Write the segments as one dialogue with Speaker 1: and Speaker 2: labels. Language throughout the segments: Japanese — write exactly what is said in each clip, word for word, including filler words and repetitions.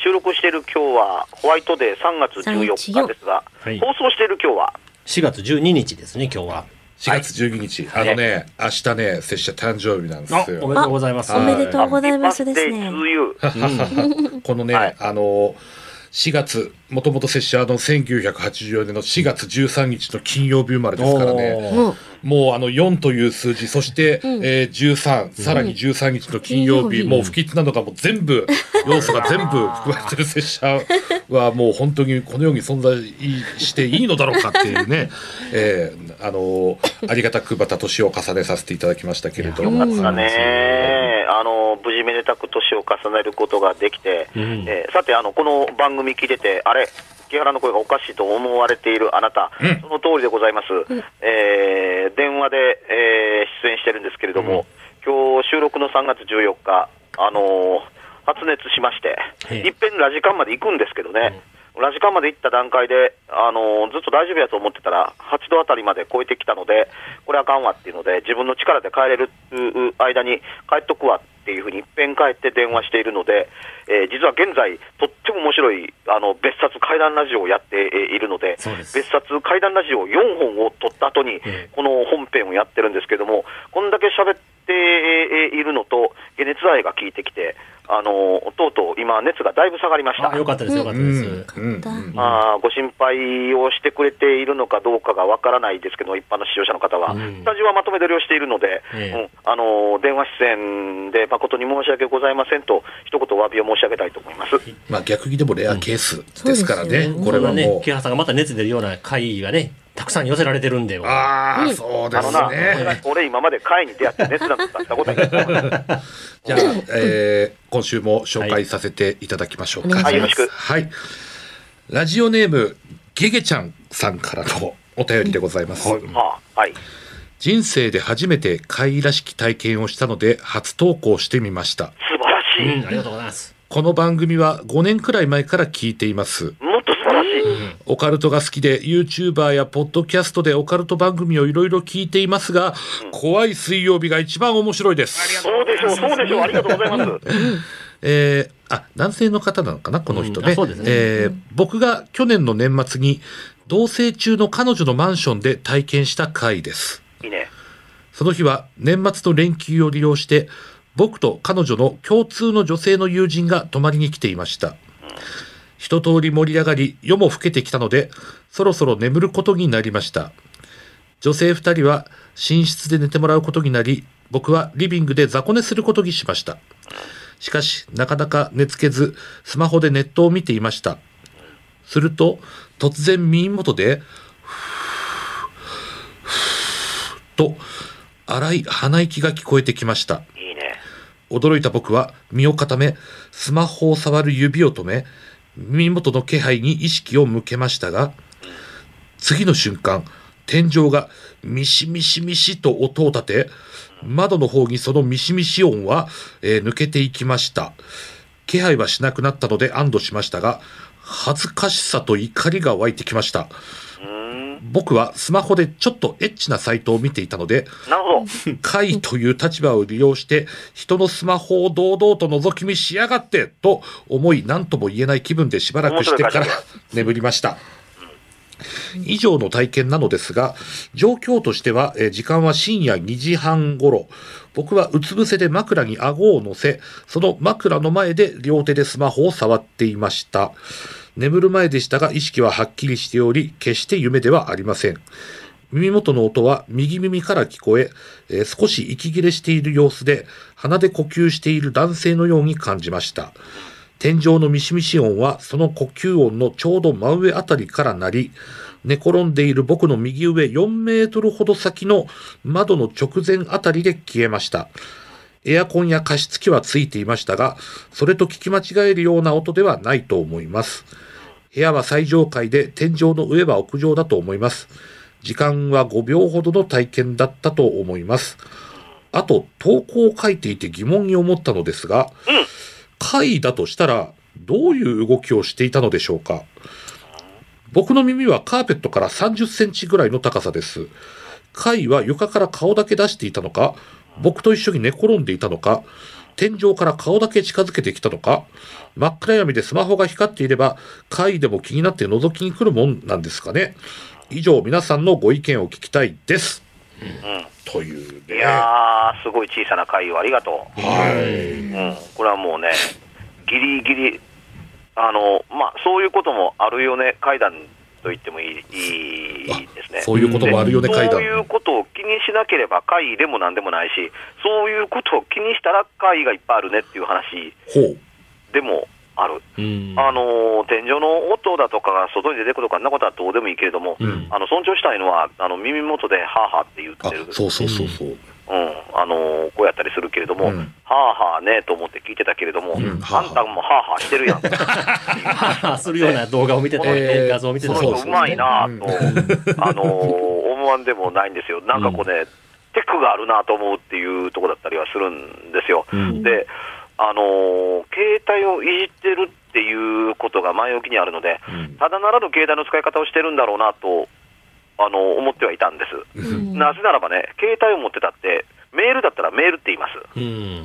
Speaker 1: 収録している今日はホワイトデーさんがつじゅうよっかですが、はい、放送している今日は
Speaker 2: しがつじゅうににちですね。今日は
Speaker 3: しがつじゅうににち、はい、あのね、明日ね、拙者誕生日なんですよ。
Speaker 2: おめでとうございます。
Speaker 4: おめでとうございますですね。
Speaker 3: このね、はい、あのしがつ、もともと拙者のせんきゅうひゃくはちじゅうよねんのしがつじゅうさんにちの金曜日生まれですからね、もうあのよんという数字、そして、うん、えー、じゅうさん、さらにじゅうさんにちの金曜日、うん、もう不吉なのがもう全部、要素が全部含まれてる拙者はもう本当にこの世に存在していいのだろうかっていうね、えー、あのありがたくまた年を重ねさせていただきましたけれども。
Speaker 1: よかったね。あの無事めでたく年を重ねることができて、うん、えー、さてあのこの番組聞いてて、あれ木原の声がおかしいと思われているあなた、うん、その通りでございます。うん、えー、電話で、えー、出演してるんですけれども、うん、今日収録のさんがつじゅうよっか、あのー、発熱しまして、いっぺんラジカンまで行くんですけどね、うん、ラジカンまで行った段階で、あのー、ずっと大丈夫やと思ってたらはちどあたりまで超えてきたので、これあかんわっていうので、自分の力で帰れる間に帰っとくわっていうふうにいっぺん帰って電話しているので、えー、実は現在とっても面白いあの別冊怪談ラジオをやっているので、別冊怪談ラジオよんほんを撮った後にこの本編をやってるんですけども、こんだけ喋っているのと解熱剤が効いてきて、あのとうとう今熱がだいぶ下がりました。
Speaker 2: あ、よかったですよかったです、うん
Speaker 1: うん、あご心配をしてくれているのかどうかがわからないですけど、一般の視聴者の方は、うん、スタジオはまとめ撮りをしているので、ええ、うん、あの電話出演で誠に申し訳ございませんと一言お詫びを申し上げたいと思います。
Speaker 3: まあ、逆にでもレアケースですからね、うん、
Speaker 2: これはね、木原さんがまた熱出るような会がねたくさん寄せられてるんで。
Speaker 3: ああ、うん、そうですね。あのな、
Speaker 1: 俺今まで会に出会って熱なんてしたことない
Speaker 3: じゃあ、えー、今週も紹介させていただきましょうか。
Speaker 1: はい、よろしく。
Speaker 3: はい、ラジオネームゲゲちゃんさんからのお便りでございます。
Speaker 1: はい、はい、
Speaker 3: 人生で初めて怪らしき体験をしたので初投稿してみました。
Speaker 1: 素晴らしい、
Speaker 2: うん、ありがとうございます。
Speaker 3: この番組はごねんくらい前から聞いています。
Speaker 1: もっと素晴らしい、
Speaker 3: うん、オカルトが好きで YouTuber やポッドキャストでオカルト番組をいろいろ聞いていますが、うん、怖い水曜日が一番面白いです。
Speaker 1: そうでしょう、そうでしょう、ありがとうございます。
Speaker 3: えー、あ、男性の方なのかなこの人ね。
Speaker 2: うん、そうですね。
Speaker 3: えー、僕が去年の年末に同棲中の彼女のマンションで体験した回です。
Speaker 1: いいね。
Speaker 3: その日は年末の連休を利用して僕と彼女の共通の女性の友人が泊まりに来ていました。うん、一通り盛り上がり夜も更けてきたのでそろそろ眠ることになりました。女性二人は寝室で寝てもらうことになり、僕はリビングで雑魚寝することにしました。しかしなかなか寝つけずスマホでネットを見ていました。すると突然耳元でと荒い鼻息が聞こえてきました。
Speaker 1: いいね。
Speaker 3: 驚いた僕は身を固めスマホを触る指を止め耳元の気配に意識を向けましたが、次の瞬間天井がミシミシミシと音を立て、窓の方にそのミシミシ音は、えー、抜けていきました。気配はしなくなったので安堵しましたが、恥ずかしさと怒りが湧いてきました。僕はスマホでちょっとエッチなサイトを見ていたので、
Speaker 1: なるほど。
Speaker 3: 怪という立場を利用して人のスマホを堂々と覗き見しやがってと思い、何とも言えない気分でしばらくしてから眠りました。以上の体験なのですが、状況としては、え時間は深夜にじはん頃、僕はうつ伏せで枕に顎を乗せ、その枕の前で両手でスマホを触っていました。眠る前でしたが意識ははっきりしており、決して夢ではありません。耳元の音は右耳から聞こえ、えー、少し息切れしている様子で鼻で呼吸している男性のように感じました。天井のミシミシ音はその呼吸音のちょうど真上あたりから鳴り、寝転んでいる僕の右上よんメートルほど先の窓の直前あたりで消えました。エアコンや加湿器はついていましたが、それと聞き間違えるような音ではないと思います。部屋は最上階で天井の上は屋上だと思います。時間はごびょうほどの体験だったと思います。あと投稿を書いていて疑問に思ったのですが、うん、怪だとしたらどういう動きをしていたのでしょうか。僕の耳はカーペットからさんじゅっセンチぐらいの高さです。怪は床から顔だけ出していたのか、僕と一緒に寝転んでいたのか、 天井から顔だけ近づけてきたのか、真っ暗闇でスマホが光っていれば怪異でも気になって覗きに来るもんなんですかね。以上、皆さんのご意見を聞きたいです、うん、というね。
Speaker 1: いやー、すごい小さな怪異をありがとう。
Speaker 3: はい、
Speaker 1: うん、これはもうね、ギリギリあの、まあ、そういうこともあるよね怪談と言ってもいい、いいですね。
Speaker 3: そういうこともあるよね怪談。
Speaker 1: そういうことを気にしなければ怪異でもなんでもないし、そういうことを気にしたら怪異がいっぱいあるねっていう話でもある。あの天井の音だとかが外に出てくるとか、そんなことはどうでもいいけれども、うん、あの尊重したいのはあの耳元でハーハーって言ってる。
Speaker 3: そうそうそうそう。
Speaker 1: うん、あのー、こうやったりするけれども、うん、はあはあねと思って聞いてたけれども、うん、あんたもはあはあしてるやんは
Speaker 2: あはあするような動画を見てた、えー、画像を見てた、
Speaker 1: この人うまいなと、うん、あのー、思わんでもないんですよ。なんかこうね、うん、テクがあるなと思うっていうところだったりはするんですよ、うん、で、あのー、携帯をいじってるっていうことが前置きにあるので、うん、ただならぬ携帯の使い方をしてるんだろうなとあの思ってはいたんです、うん、なぜならばね、携帯を持ってたってメールだったらメールって言います、うん、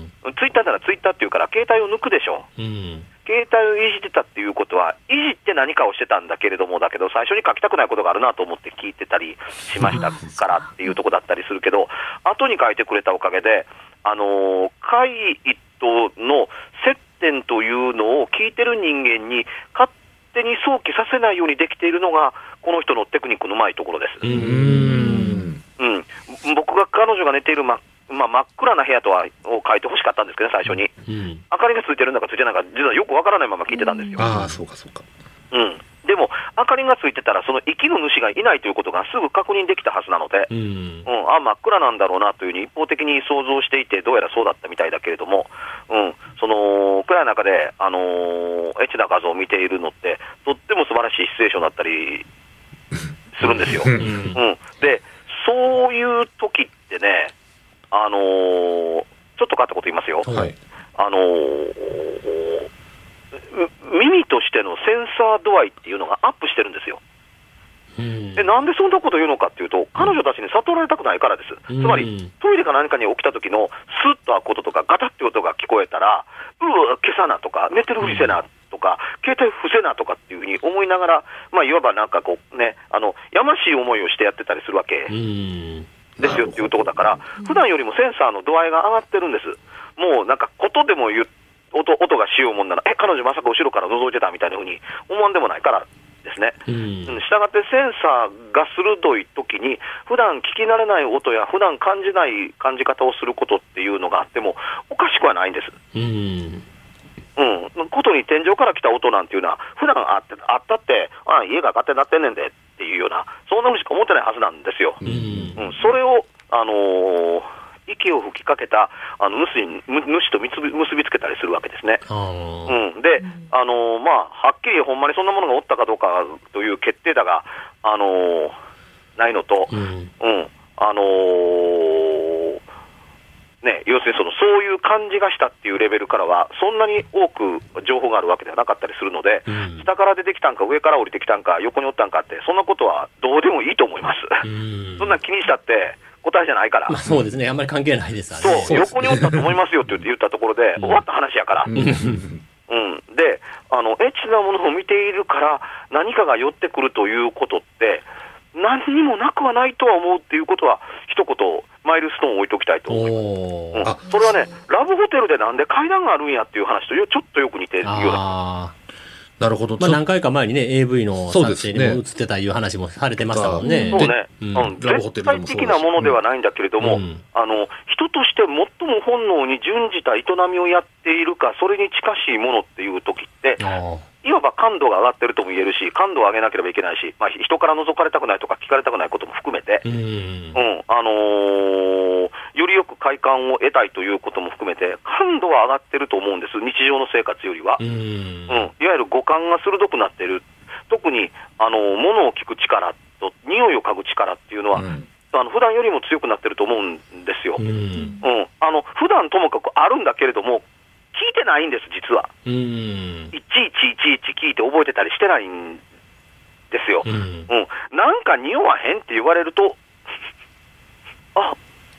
Speaker 1: ツイッターならツイッターって言うから携帯を抜くでしょ、うん、携帯をいじってたっていうことはいじって何かをしてたんだけれども、だけど最初に書きたくないことがあるなと思って聞いてたりしましたからっていうところだったりするけど、後に書いてくれたおかげで、あのー、怪異との接点というのを聞いてる人間に勝手に想起させないようにできているのがこの人のテクニックのうまいところです。うーん、うん、僕が彼女が寝ている、ままあ、真っ暗な部屋とはを書いてほしかったんですけど、ね、最初に、うん、明かりがついてるんだかついてないのか実はよくわからないまま聞いてたんですよ。
Speaker 3: ああ、そうかそうか。
Speaker 1: うん、でも明かりがついてたらその生きる主がいないということがすぐ確認できたはずなので、うんうん、あ真っ暗なんだろうなというふうに一方的に想像していて、どうやらそうだったみたいだけれども、うん、その暗い中で、あのー、エッチな画像を見ているのってとっても素晴らしいシチュエーションだったりするんですよ、うん、でそういう時ってね、あのー、ちょっと変わったこと言いますよ、はい、あのー耳としてのセンサー度合いっていうのがアップしてるんですよ。でなんでそんなこと言うのかっていうと、彼女たちに悟られたくないからです。つまりトイレか何かに起きた時のスッと開くこととかガタッって音が聞こえたら、うわ消さなとか寝てるふりせなとか携帯伏せなとかっていうふうに思いながら、まあ、いわばなんかこうね、あのやましい思いをしてやってたりするわけですよっていうところだから、普段よりもセンサーの度合いが上がってるんです。もうなんかことでも言って音, 音がしようもんなら、え彼女まさか後ろから覗いてたみたいなふうに思わんでもないからですね。したがってセンサーが鋭い時に普段聞き慣れない音や普段感じない感じ方をすることっていうのがあってもおかしくはないんです。うんうん、ことに天井から来た音なんていうのは普段あってあったってあ家が勝手になってんねんでっていうような、そんなふうにしか思ってないはずなんですよ。うん、うん、それをあのー息を吹きかけたあの 主, に主と結び、結びつけたりするわけですね。うん、で、あのーまあ、はっきりほんまにそんなものがおったかどうかという決定だが、あのー、ないのと、うんうんあのーね、要するにそのそういう感じがしたっていうレベルからはそんなに多く情報があるわけではなかったりするので、うん、下から出てきたんか上から降りてきたんか横におったんかってそんなことはどうでもいいと思います。うんそんな気にしたって答えじゃないから、
Speaker 2: まあ、そうですね、あんまり関係ないですわね。
Speaker 1: そう、横におったと思いますよって言ったところで、うん、終わった話やから、うんうん、であのエッチなものを見ているから何かが寄ってくるということって何にもなくはないとは思うっていうことは一言マイルストーンを置いておきたいと思います、うん、それはねラブホテルでなんで階段があるんやっていう話とちょっとよく似てるような。
Speaker 3: なるほど、
Speaker 2: まあ、何回か前にね エーブイ の撮影にも映ってたいう話もされてましたもんね。
Speaker 1: そうね、うんうん、絶対的なものではないんだけれども、うん、あの人として最も本能に準じた営みをやっているかそれに近しいものっていう時っていわば感度が上がってるとも言えるし、感度を上げなければいけないし、まあ、人から覗かれたくないとか聞かれたくないことも含めて、うん、うん、あのー、よりよく快感を得たいということも含めて感度は上がってると思うんです、日常の生活よりは。うん、うん、いわゆる五感が鋭くなってる。特にあの物を聞く力と匂いを嗅ぐ力っていうのは、うん、あの普段よりも強くなってると思うんですよ。うん、うん、あの普段ともかくあるんだけれども聞いてないんです実は。うん、いちいちいちいち聞いて覚えてたりしてないんですよ。うん、うん、なんか匂わへんって言われるとあ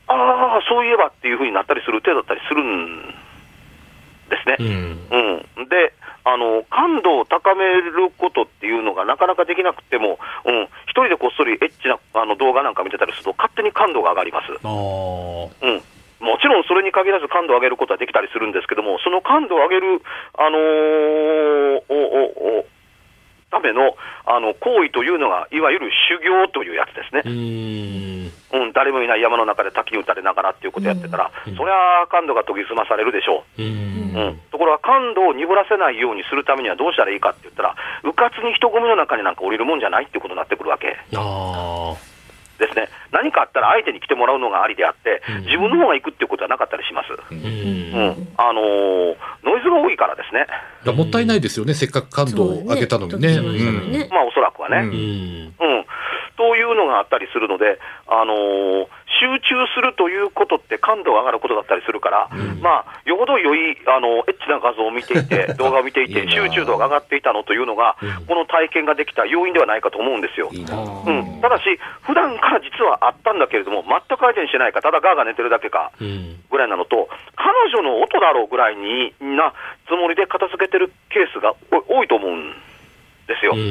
Speaker 1: ああ、そういえばっていうふうになったりする手だったりするんですね。うんうん、であの感度を高めることっていうのがなかなかできなくても、うん、一人でこっそりエッチなあの動画なんか見てたりすると勝手に感度が上がります。あ、うん、もちろんそれに限らず感度を上げることはできたりするんですけども、その感度を上げる、あのー、おおおためのあの行為というのがいわゆる修行というやつですね。うーん、うん、誰もいない山の中で滝に打たれながらっていうことをやってたら、そりゃ感度が研ぎ澄まされるでしょう。うーん、うん、ところが感度を鈍らせないようにするためにはどうしたらいいかって言ったら、うかつに人混みの中になんか降りるもんじゃないっていうことになってくるわけ。あですね、何かあったら相手に来てもらうのがありであって、うん、自分の方が行くっていうことはなかったりします。うんうん、あのー、ノイズが多いからですね。
Speaker 3: だもったいないですよね、せっかく感度を上げたのにね。
Speaker 1: うん、まあおそらくはね、うんうん、というのがあったりするので、あのー、集中するということって感度が上がることだったりするから、うん、まあよほど良いあのエッチな画像を見ていて動画を見ていて集中度が上がっていたのというのが、うん、この体験ができた要因ではないかと思うんですよ。いいな、うん、ただし普段から実はあったんだけれども全く相手にしてないか、ただガーが寝てるだけかぐらいなのと、彼女の音だろうぐらいになつもりで片付けてるケースが多いと思うんですよ。うん、うん、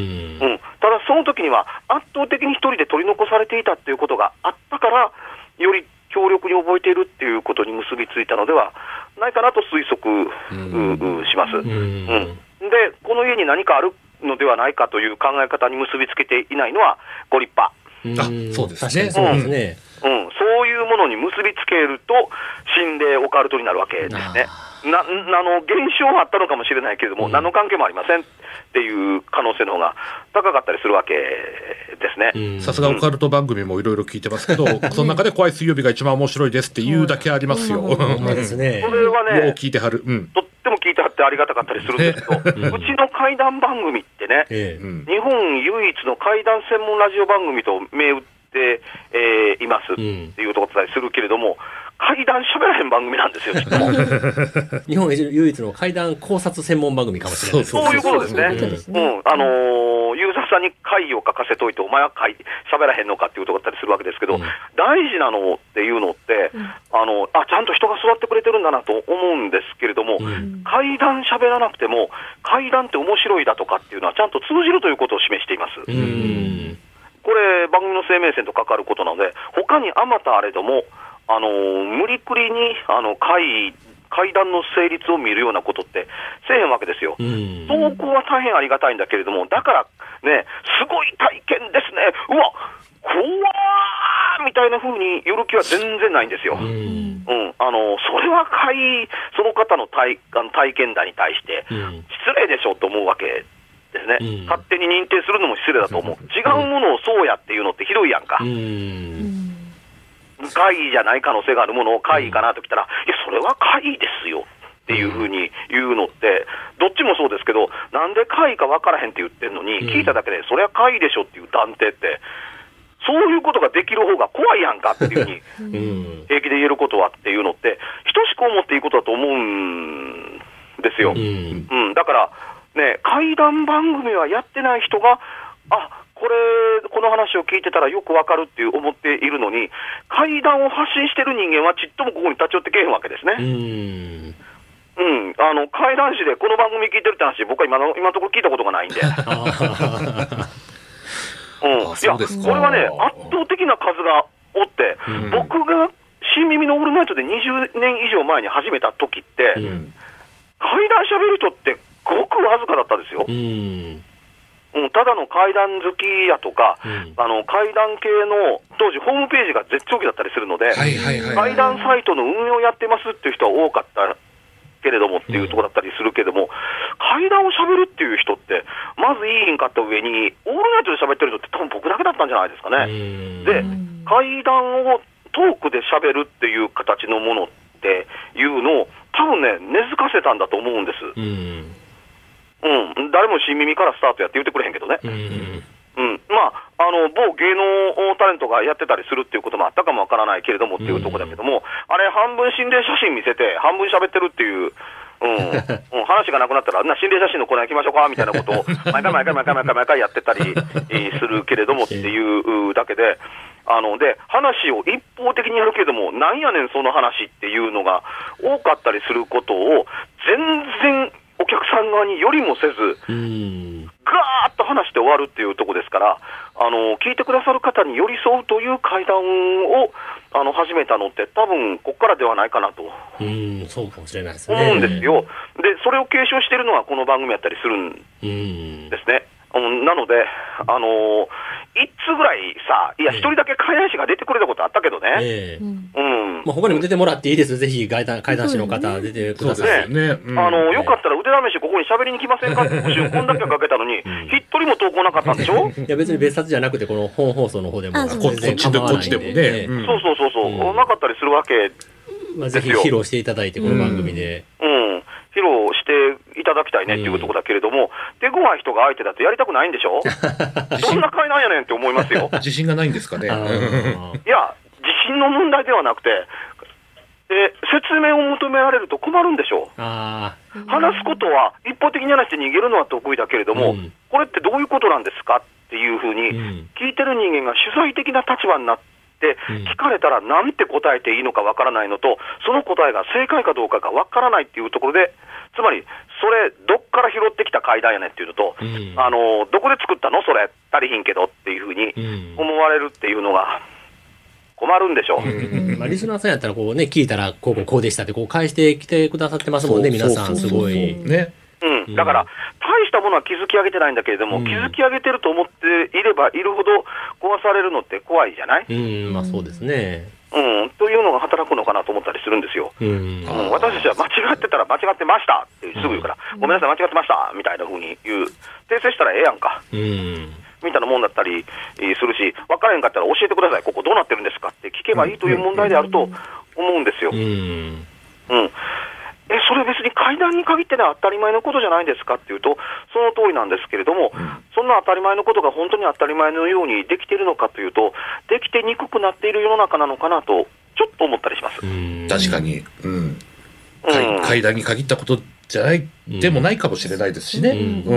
Speaker 1: ただその時には圧倒的に一人で取り残されていたっていうことがあったからより強力に覚えているっていうことに結びついたのではないかなと推測します。うんうん、でこの家に何かあるのではないかという考え方に結びつけていないのはご立派。
Speaker 3: あ、そうですね。
Speaker 2: そうですね。
Speaker 1: うん、そういうものに結びつけると心霊オカルトになるわけですね。なあの現象はあったのかもしれないけれども、うん、何の関係もありませんっていう可能性の方が高かったりするわけですね。
Speaker 3: さすがオカルト番組もいろいろ聞いてますけど、うん、その中で怖い水曜日が一番面白いですっていうだけありますよ。
Speaker 2: そうですね。
Speaker 1: それはね、
Speaker 3: よう聞いてはる、うん、
Speaker 1: とっても聞いてはってありがたかったりするんですけど、ね、うちの怪談番組ってね、ええ、日本唯一の怪談専門ラジオ番組と銘打ってえー、いますっていうところだったりするけれども、怪談喋らへん番組なんですよ。
Speaker 2: 日本唯一の怪談考察専門番組かもしれない。
Speaker 1: そういうことですね。うん、あのー、ユーザーさんに怪を書かせといてお前は怪喋らへんのかっていうところだったりするわけですけど、うん、大事なのっていうのって、うん、あのあちゃんと人が座ってくれてるんだなと思うんですけれども、うん、怪談喋らなくても怪談って面白いだとかっていうのはちゃんと通じるということを示しています。うん、これ番組の生命線と関わることなので、他にあまたあれどもあのー、無理くりにあの怪怪談の成立を見るようなことってせえへんわけですよ。投稿は大変ありがたいんだけれども、だからね、すごい体験ですね、うわ怖ーみたいな風による気は全然ないんですよ。うん、うん、あのそれは怪その方の 体, あの体験談に対して失礼でしょと思うわけですね。うん、勝手に認定するのも失礼だと思う。違うものをそうやっていうのってひどいやんか。うん、怪異じゃない可能性があるものを怪異かなときたら、いやそれは怪異ですよっていうふうに言うのってどっちもそうですけど、なんで怪異か分からへんって言ってるのに、聞いただけでそれは怪異でしょっていう断定って、そういうことができる方が怖いやんかっていうふうに平気で言えることはっていうのって等しく思っていいことだと思うんですよ。うん、うん、だからね、怪談番組はやってない人があこれこの話を聞いてたらよくわかるっていう思っているのに、怪談を発信してる人間はちっともここに立ち寄ってけえへんわけですね。うん、うん、あの怪談師でこの番組聞いてるって話、僕は今の今のところ聞いたことがないんで。うん、いやこれはね圧倒的な数がおって、うん、僕が新耳のオールナイトでにじゅうねん以上前に始めた時って、うん、怪談しゃべる人ってごくわずかだったですよ。うんうん、ただの怪談好きやとか、うん、あの怪談系の当時ホームページが絶頂期だったりするので、怪談サイトの運用やってますっていう人は多かったけれどもっていうところだったりするけども、うん、怪談をしゃべるっていう人ってまずいいんかった上にオールナイトでしゃべってる人って多分僕だけだったんじゃないですかね。で怪談をトークでしゃべるっていう形のものっていうのを多分ね根付かせたんだと思うんです。うんうん、誰も新耳からスタートやって言ってくれへんけどね。うん、うん、まああの某芸能タレントがやってたりするっていうこともあったかもわからないけれどもっていうところだけども、あれ半分心霊写真見せて半分喋ってるっていう、うんうん、話がなくなったらな心霊写真のコーナー行きましょうかみたいなことを毎回毎回毎回毎回毎回やってたりするけれどもっていうだけで、 あので話を一方的にやるけども、なんやねんその話っていうのが多かったりすることを全然お客さん側によりもせず、
Speaker 2: うん、
Speaker 1: ガーッと話して終わるっていうところですから、あの聞いてくださる方に寄り添うという会談をあの始めたのって、多分ここからではないかなと
Speaker 2: うん、そうかもしれないですね。
Speaker 1: 思うんですよ。で、それを継承しているのがこの番組やったりするんですね。うん、なので、あのー、いつぐらいさ、いや、一人だけ会談師が出てくれたことあったけどね。
Speaker 2: ええ、
Speaker 1: うん。
Speaker 2: まあ、他にも出てもらっていいです。ぜひ会談、会談師の方出てください。
Speaker 3: そうですね。うん、
Speaker 1: あの、よかったら腕試しここに喋りに来ませんかって募集こんだけかけたのに、一、うん、人も投稿なかったんでしょ。
Speaker 2: いや、別に別冊じゃなくて、この本放送の方でも、
Speaker 3: こっちでこっちでもね。
Speaker 1: うん、そうそうそうそう、うん、なかったりするわけですよ。
Speaker 2: まあ、ぜひ披露していただいて、この番組で。
Speaker 1: うん。うん、披露していただきたいねっていうところだけれども、うん、手強い人が相手だとやりたくないんでしょどんな会なんやねんって思いますよ。
Speaker 3: 自信がないんですかね。い
Speaker 1: や、自信の問題ではなくて、え説明を求められると困るんでしょう。
Speaker 2: あ
Speaker 1: 話すことは、一方的に話して逃げるのは得意だけれども、うん、これってどういうことなんですかっていうふうに、聞いてる人間が取材的な立場になって、で聞かれたらなんて答えていいのかわからないのと、その答えが正解かどうかがわからないっていうところで、つまりそれどっから拾ってきた階段やねんっていうのと、うん、あのどこで作ったのそれ足りひんけどっていうふうに思われるっていうのが困るんでしょう。
Speaker 2: うん、まあ、リスナーさんやったらこうね、聞いたらこうこうこうでしたってこう返してきてくださってますもんね。皆さんすごい
Speaker 3: ね。
Speaker 1: うん、だから、大したものは築き上げてないんだけれども、うん、築き上げてると思っていればいるほど壊されるのって怖いじゃない？
Speaker 2: うん、まあそうですね。
Speaker 1: うん、というのが働くのかなと思ったりするんですよ。うん、うん、私たちは間違ってたら間違ってましたってすぐ言うから、うん、ごめんなさい間違ってましたみたいな風に言う、訂正したらええやんか、うん、みたいなもんだったりするし、分からへんかったら教えてください、ここどうなってるんですかって聞けばいいという問題であると思うんですよ。うん、うんえそれ別に階段に限ってね当たり前のことじゃないんですかっていうとその通りなんですけれども、うん、そんな当たり前のことが本当に当たり前のようにできているのかというとできてにくくなっている世の中なのかなとちょっと思ったりします。
Speaker 3: 確かに、うんうん、階段に限ったことじゃないでもないかもしれないですしね。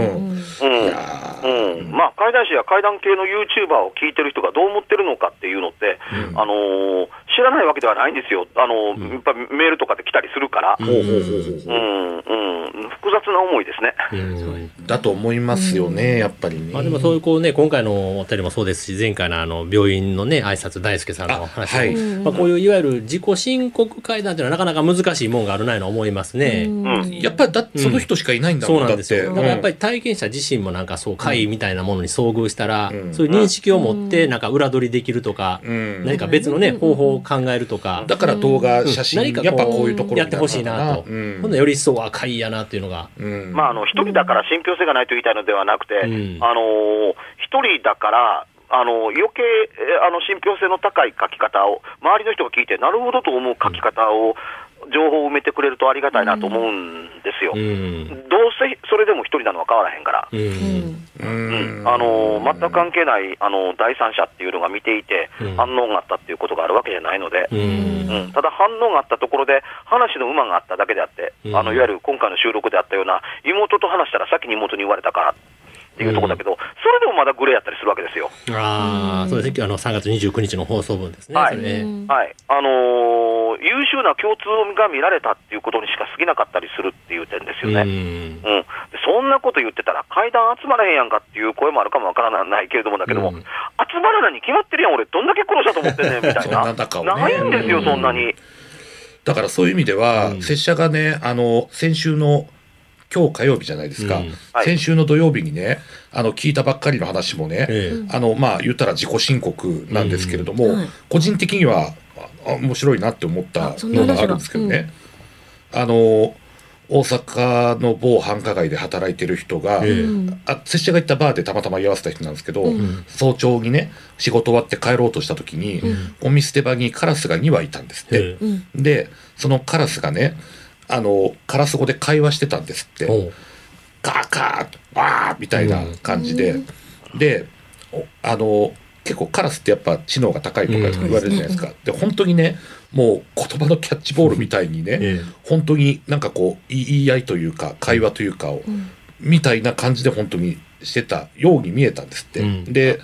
Speaker 1: まあ階段師や階段系の YouTuber を聞いてる人がどう思ってるのかっていうのって、うん、あのー、知らないわけではないんですよ。あのーうん、やっぱメールとかで来たりするから、うんうんうん、複雑な思いですね。
Speaker 3: うん、だと思いますよね、やっぱりね。
Speaker 2: まあ、でもそういうこうね今回のお二人もそうですし前回のあの病院のね挨拶大輔さんの話、はい、まあ、こういういわゆる自己申告会談というのはなかなか難しいもんがあるないの思いますね。
Speaker 3: うん、やっぱりだその人しかいないんだもん、
Speaker 2: うん、そうなんですよ。だからやっぱり体験者自身もなんかそう会みたいなものに遭遇したら、うん、そういう認識を持ってなんか裏取りできるとか、うん、何か別のね方法を考えるとか、
Speaker 3: だから動画写真、うん、何かやっぱこういうところ
Speaker 2: やってほしいなと、うん、ほんでより一層は会やなっていうのが、
Speaker 1: うん、まああの一人だから信憑性がないと言いたいのではなくて、うん、あの一人だからあの余計あの信憑性の高い書き方を周りの人が聞いてなるほどと思う書き方を情報を埋めてくれるとありがたいなと思うんですよ、うん、どうせそれでも一人なのは変わらへんから、うんうん、あの全く関係ないあの第三者っていうのが見ていて、うん、反応があったっていうことがあるわけじゃないので、うんうん、ただ反応があったところで話の馬があっただけであって、うん、あのいわゆる今回の収録であったような妹と話したら先に妹に言われたからっていうところだけど、うん、それでもまだグレーやったりするわけですよ。
Speaker 2: ああ、そうですね。あのさんがつにじゅうくにちの放送分ですね。
Speaker 1: はい、
Speaker 2: それ
Speaker 1: はい、あのー、優秀な共通が見られたっていうことにしか過ぎなかったりするっていう点ですよね。うん、うん、そんなこと言ってたら階段集まらへんやんかっていう声もあるかもわからないけれどもだけども、うん、集まらないに決まってるやん俺どんだけ苦労したと思ってんねんみたいな。そんな中をね、ないんですよそんなに。
Speaker 3: だからそういう意味では、うん、拙者がねあの先週の今日火曜日じゃないですか、うんはい、先週の土曜日にねあの聞いたばっかりの話もね、ええ、あのまあ言ったら自己申告なんですけれども、うんはい、個人的には面白いなって思ったのがあるんですけどね、うん、あの大阪の某繁華街で働いてる人が、ええ、あ拙者が行ったバーでたまたま居合わせた人なんですけど、うん、早朝にね仕事終わって帰ろうとした時に、うん、ゴミ捨て場にカラスがにはいたんですって、ええ、でそのカラスがねあのカラス語で会話してたんですって。カーカーワーみたいな感じで、うん、であの結構カラスってやっぱ知能が高いとか言われるじゃないですか、うん、で本当にねもう言葉のキャッチボールみたいにね、うん、本当になんかこう言い合いというか会話というかを、うん、みたいな感じで本当にしてたように見えたんですって、うん、で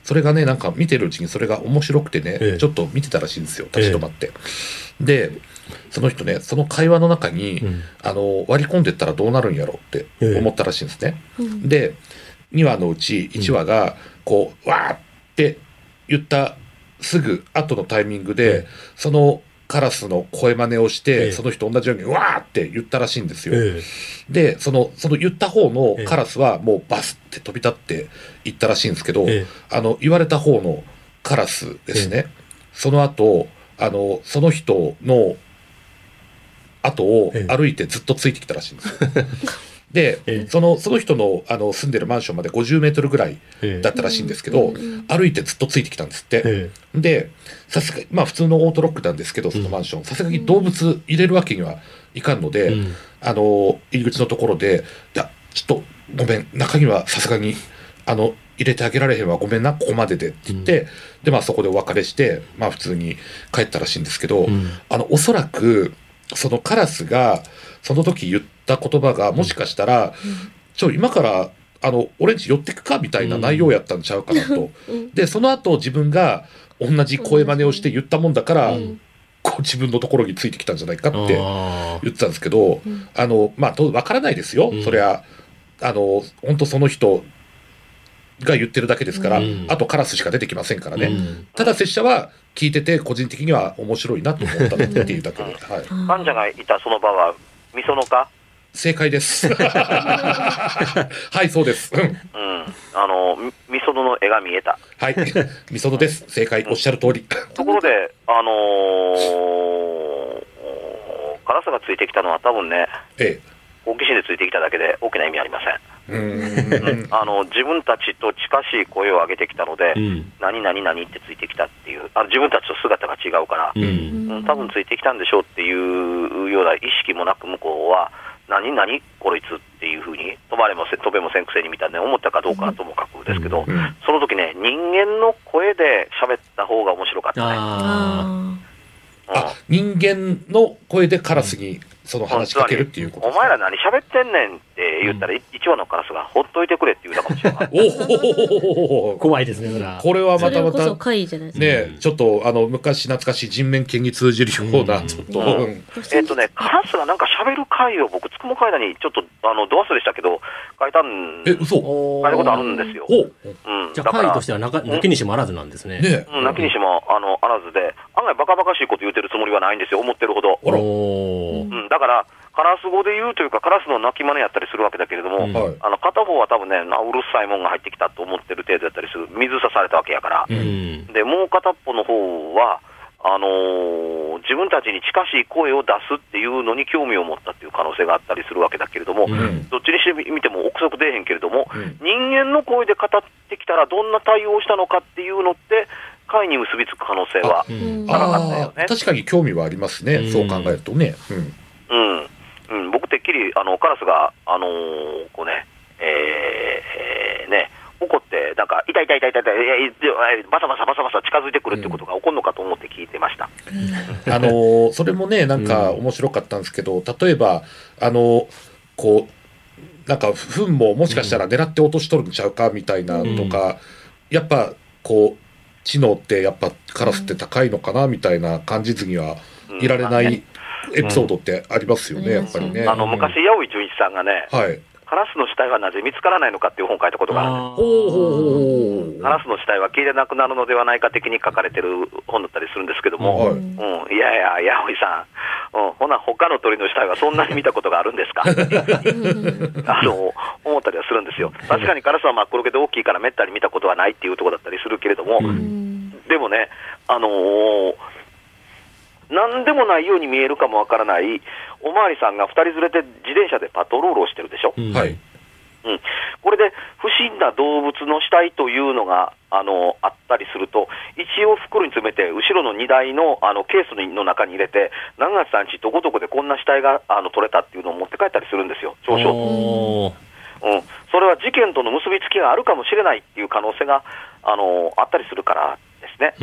Speaker 3: それがねなんか見てるうちにそれが面白くてね、ええ、ちょっと見てたらしいんですよ、立ち止まって、ええ、でその人ねその会話の中に、うん、あの割り込んでったらどうなるんやろうって思ったらしいんですね、ええ、でにわのうちいちわがこう、うん、わーって言ったすぐ後のタイミングで、ええ、そのカラスの声真似をして、ええ、その人同じようにわーって言ったらしいんですよ、ええ、でそのその言った方のカラスはもうバスって飛び立っていったらしいんですけど、ええ、あの言われた方のカラスですね、ええ、その後あのその人の後を歩いてずっとついてきたらしいんですよ、ええで、ええ、その、その人の、あの住んでるマンションまでごじゅうメートルぐらいだったらしいんですけど、ええ、歩いてずっとついてきたんですって、ええ、でさすがまあ普通のオートロックなんですけどそのマンションさすがに動物入れるわけにはいかんので、うん、あの入り口のところでいやちょっとごめん中にはさすがにあの入れてあげられへんわごめんなここまででって言って、うん、でまあそこでお別れしてまあ普通に帰ったらしいんですけど、うん、あのおそらくそのカラスがその時言った言葉がもしかしたら、うん、ちょ今からあの俺んち寄ってくかみたいな内容やったんちゃうかなと、うん、でその後自分が同じ声真似をして言ったもんだから、うん、こう自分のところについてきたんじゃないかって言ってたんですけど、うん、あのまあ分からないですよ、うん、そりゃあの本当その人が言ってるだけですから、うん、あとカラスしか出てきませんからね、うん、ただ拙者は聞いてて個人的には面白いなと思ったっていうだけで、はい、
Speaker 1: 患者がいたその場はみそのか
Speaker 3: 正解ですはいそうです、うん、うん、
Speaker 1: あのみそのの絵が見えた
Speaker 3: はいみそのです正解、おっしゃる通り
Speaker 1: ところであのー、カラスがついてきたのは多分ね、ええ、好奇心でついてきただけで大きな意味ありません。うーんあの自分たちと近しい声を上げてきたので、うん、何々何ってついてきたっていうあの自分たちと姿が違うから、うんうん、多分ついてきたんでしょうっていうような意識もなく向こうは何々こいつっていうふうに止まれもせ飛べもせんくせにみたいな思ったかどうかはともかくですけど、うんうん、その時ね人間の声で喋った方が面白かったね。あ、
Speaker 3: うん、あ人間の声でカラスに、うんその話しかけるっていうことですか。
Speaker 1: お前ら何喋ってんねんって言ったら、うん、いちわのカラスがほっといてくれって言うたかもしれない。
Speaker 2: おお怖いですねそれは。
Speaker 3: これはまたまた
Speaker 4: ね
Speaker 3: ちょっとあの昔懐かしい人面犬に通じるような、うん、ちょっと、うん
Speaker 1: うん、えっとねカラスがなんか喋る回を僕つくも階段にちょっとあのド忘れしたけど書いたん
Speaker 3: え嘘
Speaker 1: 書いたことあるんですよ。
Speaker 2: うん、じゃあ回としてはなか抜きにしもあらずなんですね。
Speaker 1: ねうん、抜きにしもあのあらずで案外バカバカしいこと言ってるつもりはないんですよ思ってるほど。おうん、だからカラス語で言うというかカラスの鳴き真似やったりするわけだけれども、うん、あの片方は多分ねうるさいもんが入ってきたと思ってる程度やったりする水さされたわけやから、うん、でもう片っぽの方はあのー、自分たちに近しい声を出すっていうのに興味を持ったっていう可能性があったりするわけだけれども、うん、どっちにしてみても憶測出えへんけれども、うん、人間の声で語ってきたらどんな対応をしたのかっていうのって解に結びつく可能性は高かったよね。
Speaker 3: 確かに興味はありますね、うん、そう考えるとね、
Speaker 1: うんうんうん、僕てっきりあのカラスが、あのー、こうね、えー、ね怒ってなんか痛い痛い痛い痛い痛いバサバサバサバサ近づいてくるってことが起こるのかと思って聞いてました、
Speaker 3: うん、あのー、それもねなんか面白かったんですけど、例えばあのー、こうなんか糞ももしかしたら狙って落としとるんちゃうかみたいなとか、うん、やっぱこう知能ってやっぱカラスって高いのかなみたいな感じずにはいられない、うんエピソードってありますよね、うん、やっぱりね。
Speaker 1: あの昔、八尾井純一さんがね、はい、カラスの死体はなぜ見つからないのかっていう本を書いたことがあるんです。カラスの死体は消えなくなるのではないか的に書かれてる本だったりするんですけども、はいうん、いやいや、八尾井さん、うん、ほな、他の鳥の死体はそんなに見たことがあるんですかあの思ったりはするんですよ。確かにカラスは真っ黒けで大きいからめったに見たことはないっていうところだったりするけれども、うん、でもね、あのー何でもないように見えるかもわからないおまわりさんがふたり連れて自転車でパトロールをしてるでしょ、うんはいうん、これで不審な動物の死体というのが あのあったりすると一応袋に詰めて後ろの荷台 の, あのケースの中に入れて何月さんちどこどこでこんな死体があの取れたっていうのを持って帰ったりするんですよ調書、うん、それは事件との結びつきがあるかもしれないっていう可能性が あ, のあったりするからですね。うん、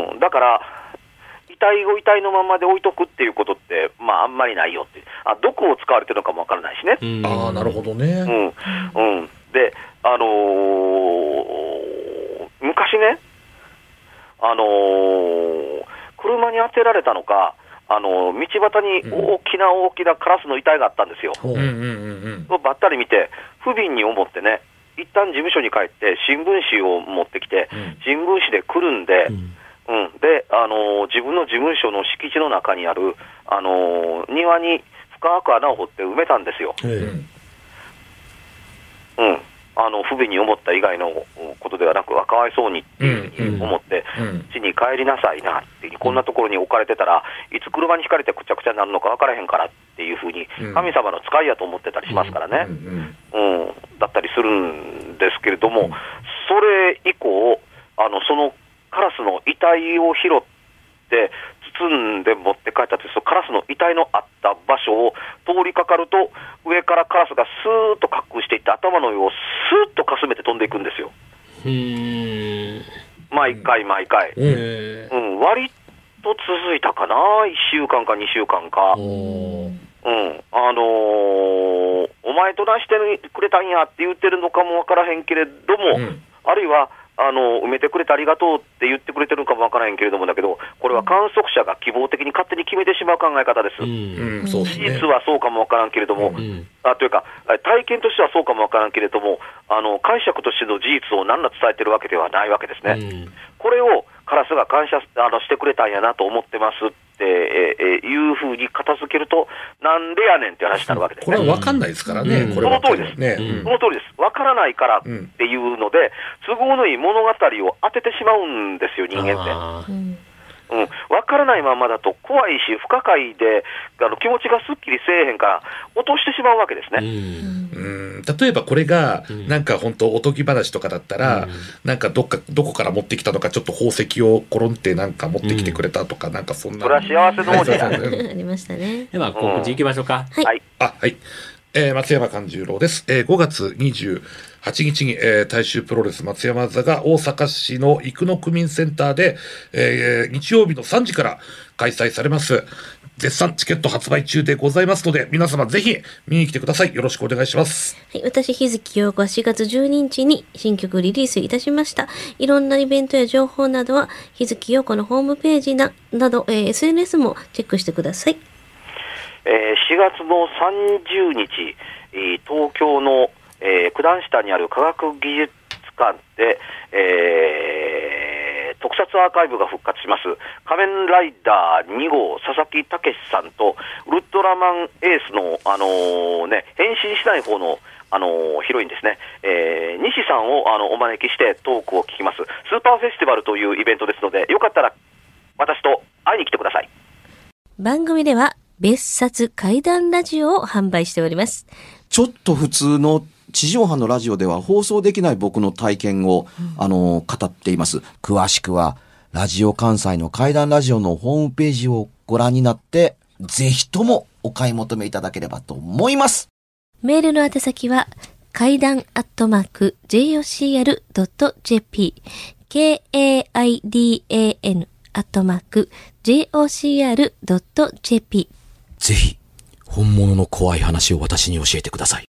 Speaker 1: うん、だから遺体を遺体のままで置いとくっていうことって、まあ、あんまりないよってあ毒を使われてるのかもわからないしね。
Speaker 3: うんああなるほどね。
Speaker 1: うんうん、で、あのー、 昔ね、あのー、車に当てられたのか、あのー、道端に大きな大きなカラスの遺体があったんですよ。
Speaker 3: うんうんうん
Speaker 1: うん、ばったり見て、不憫に思ってね、一旦事務所に帰って、新聞紙を持ってきて、うん、新聞紙でくるんで、うんうん、で、あのー、自分の事務所の敷地の中にある、あのー、庭に深く穴を掘って埋めたんですよ。うん、うん、あの不憫に思った以外のことではなく、かわいそうにっていうふうに思って、家、うん、に帰りなさいなって、こんなところに置かれてたら、いつ車にひかれてくちゃくちゃになるのか分からへんからっていうふうに、神様の使いやと思ってたりしますからね、うんうんうん、だったりするんですけれども、それ以降、あのそのカラスの遺体を拾って包んで持って帰ったという、カラスの遺体のあった場所を通りかかると、上からカラスがスーッと滑空していって、頭の上をスーッとかすめて飛んでいくんですよ。うーん、毎回毎回、うん、割と続いたかな、いっしゅうかんかにしゅうかんか。うん、あのー、お前と出してくれたんやって言ってるのかもわからへんけれども、うん、あるいはあの埋めてくれてありがとうって言ってくれてるのかもわからへんけれどもだけど、これは観測者が希望的に勝手に決めてしまう考え方です。うんうん、そうですね、事実はそうかもわからんけれども、うん、あというか体験としてはそうかもわからんけれども、あの解釈としての事実を何ら伝えてるわけではないわけですね。うん、これをカラスが感謝あのしてくれたんやなと思ってますってええいうふうに片付けると、なんでやねんって話になるわけですね。
Speaker 3: これは分かんないですからね。うん、これは
Speaker 1: その通りです、ね、うん、その通りです。分からないからっていうので、都合のいい物語を当ててしまうんですよ、人間って。うん、分からないままだと怖いし不可解で、あの気持ちがすっきりせえへんから落としてしまうわけですね。うん、
Speaker 3: 例えばこれがなんか本当おとぎ話とかだったら、うん、なんかどっかどこから持ってきたのか、ちょっと宝石をコロンってなんか持ってきてくれたとか、うん、なんかそんな、
Speaker 1: それは幸せの文字だ。
Speaker 4: ありましたね。
Speaker 2: では告知いきましょうか。
Speaker 4: うん、はい、
Speaker 3: あ、はい、えー、松山勘十郎です。えー、ごがつにじゅうはちにちに、えー、大衆プロレス松山座が大阪市の生野区民センターで、えー、日曜日のさんじから開催されます。絶賛チケット発売中でございますので、皆様ぜひ見に来てください。よろしくお願いします。
Speaker 4: はい、私日月陽子はしがつじゅうににちに新曲リリースいたしました。いろんなイベントや情報などは日月陽子のホームページ な, など、えー、エスエヌエス もチェックしてください。
Speaker 1: えー、しがつのさんじゅうにち、えー、東京の、えー、九段下にある科学技術館で、えー、特撮アーカイブが復活します。仮面ライダーにごう佐々木武さんとウルトラマンエースの、あのーね、変身しない方の、あのー、ヒロインですね、えー、西さんをあのお招きしてトークを聞きます。スーパーフェスティバルというイベントですので、よかったら私と会いに来てください。
Speaker 4: 番組では別冊怪談ラジオを販売しております。
Speaker 5: ちょっと普通の地上波のラジオでは放送できない僕の体験を、うん、あの語っています。詳しくはラジオ関西の怪談ラジオのホームページをご覧になって、ぜひともお買い求めいただければと思います。
Speaker 4: メールの宛先は怪談アットマーク ジェイオーシーアールドットジェーピー ケーエーアイディーエーエヌ アットマーク ジェイオーシーアールドットジェーピー。
Speaker 5: ぜひ本物の怖い話を私に教えてください。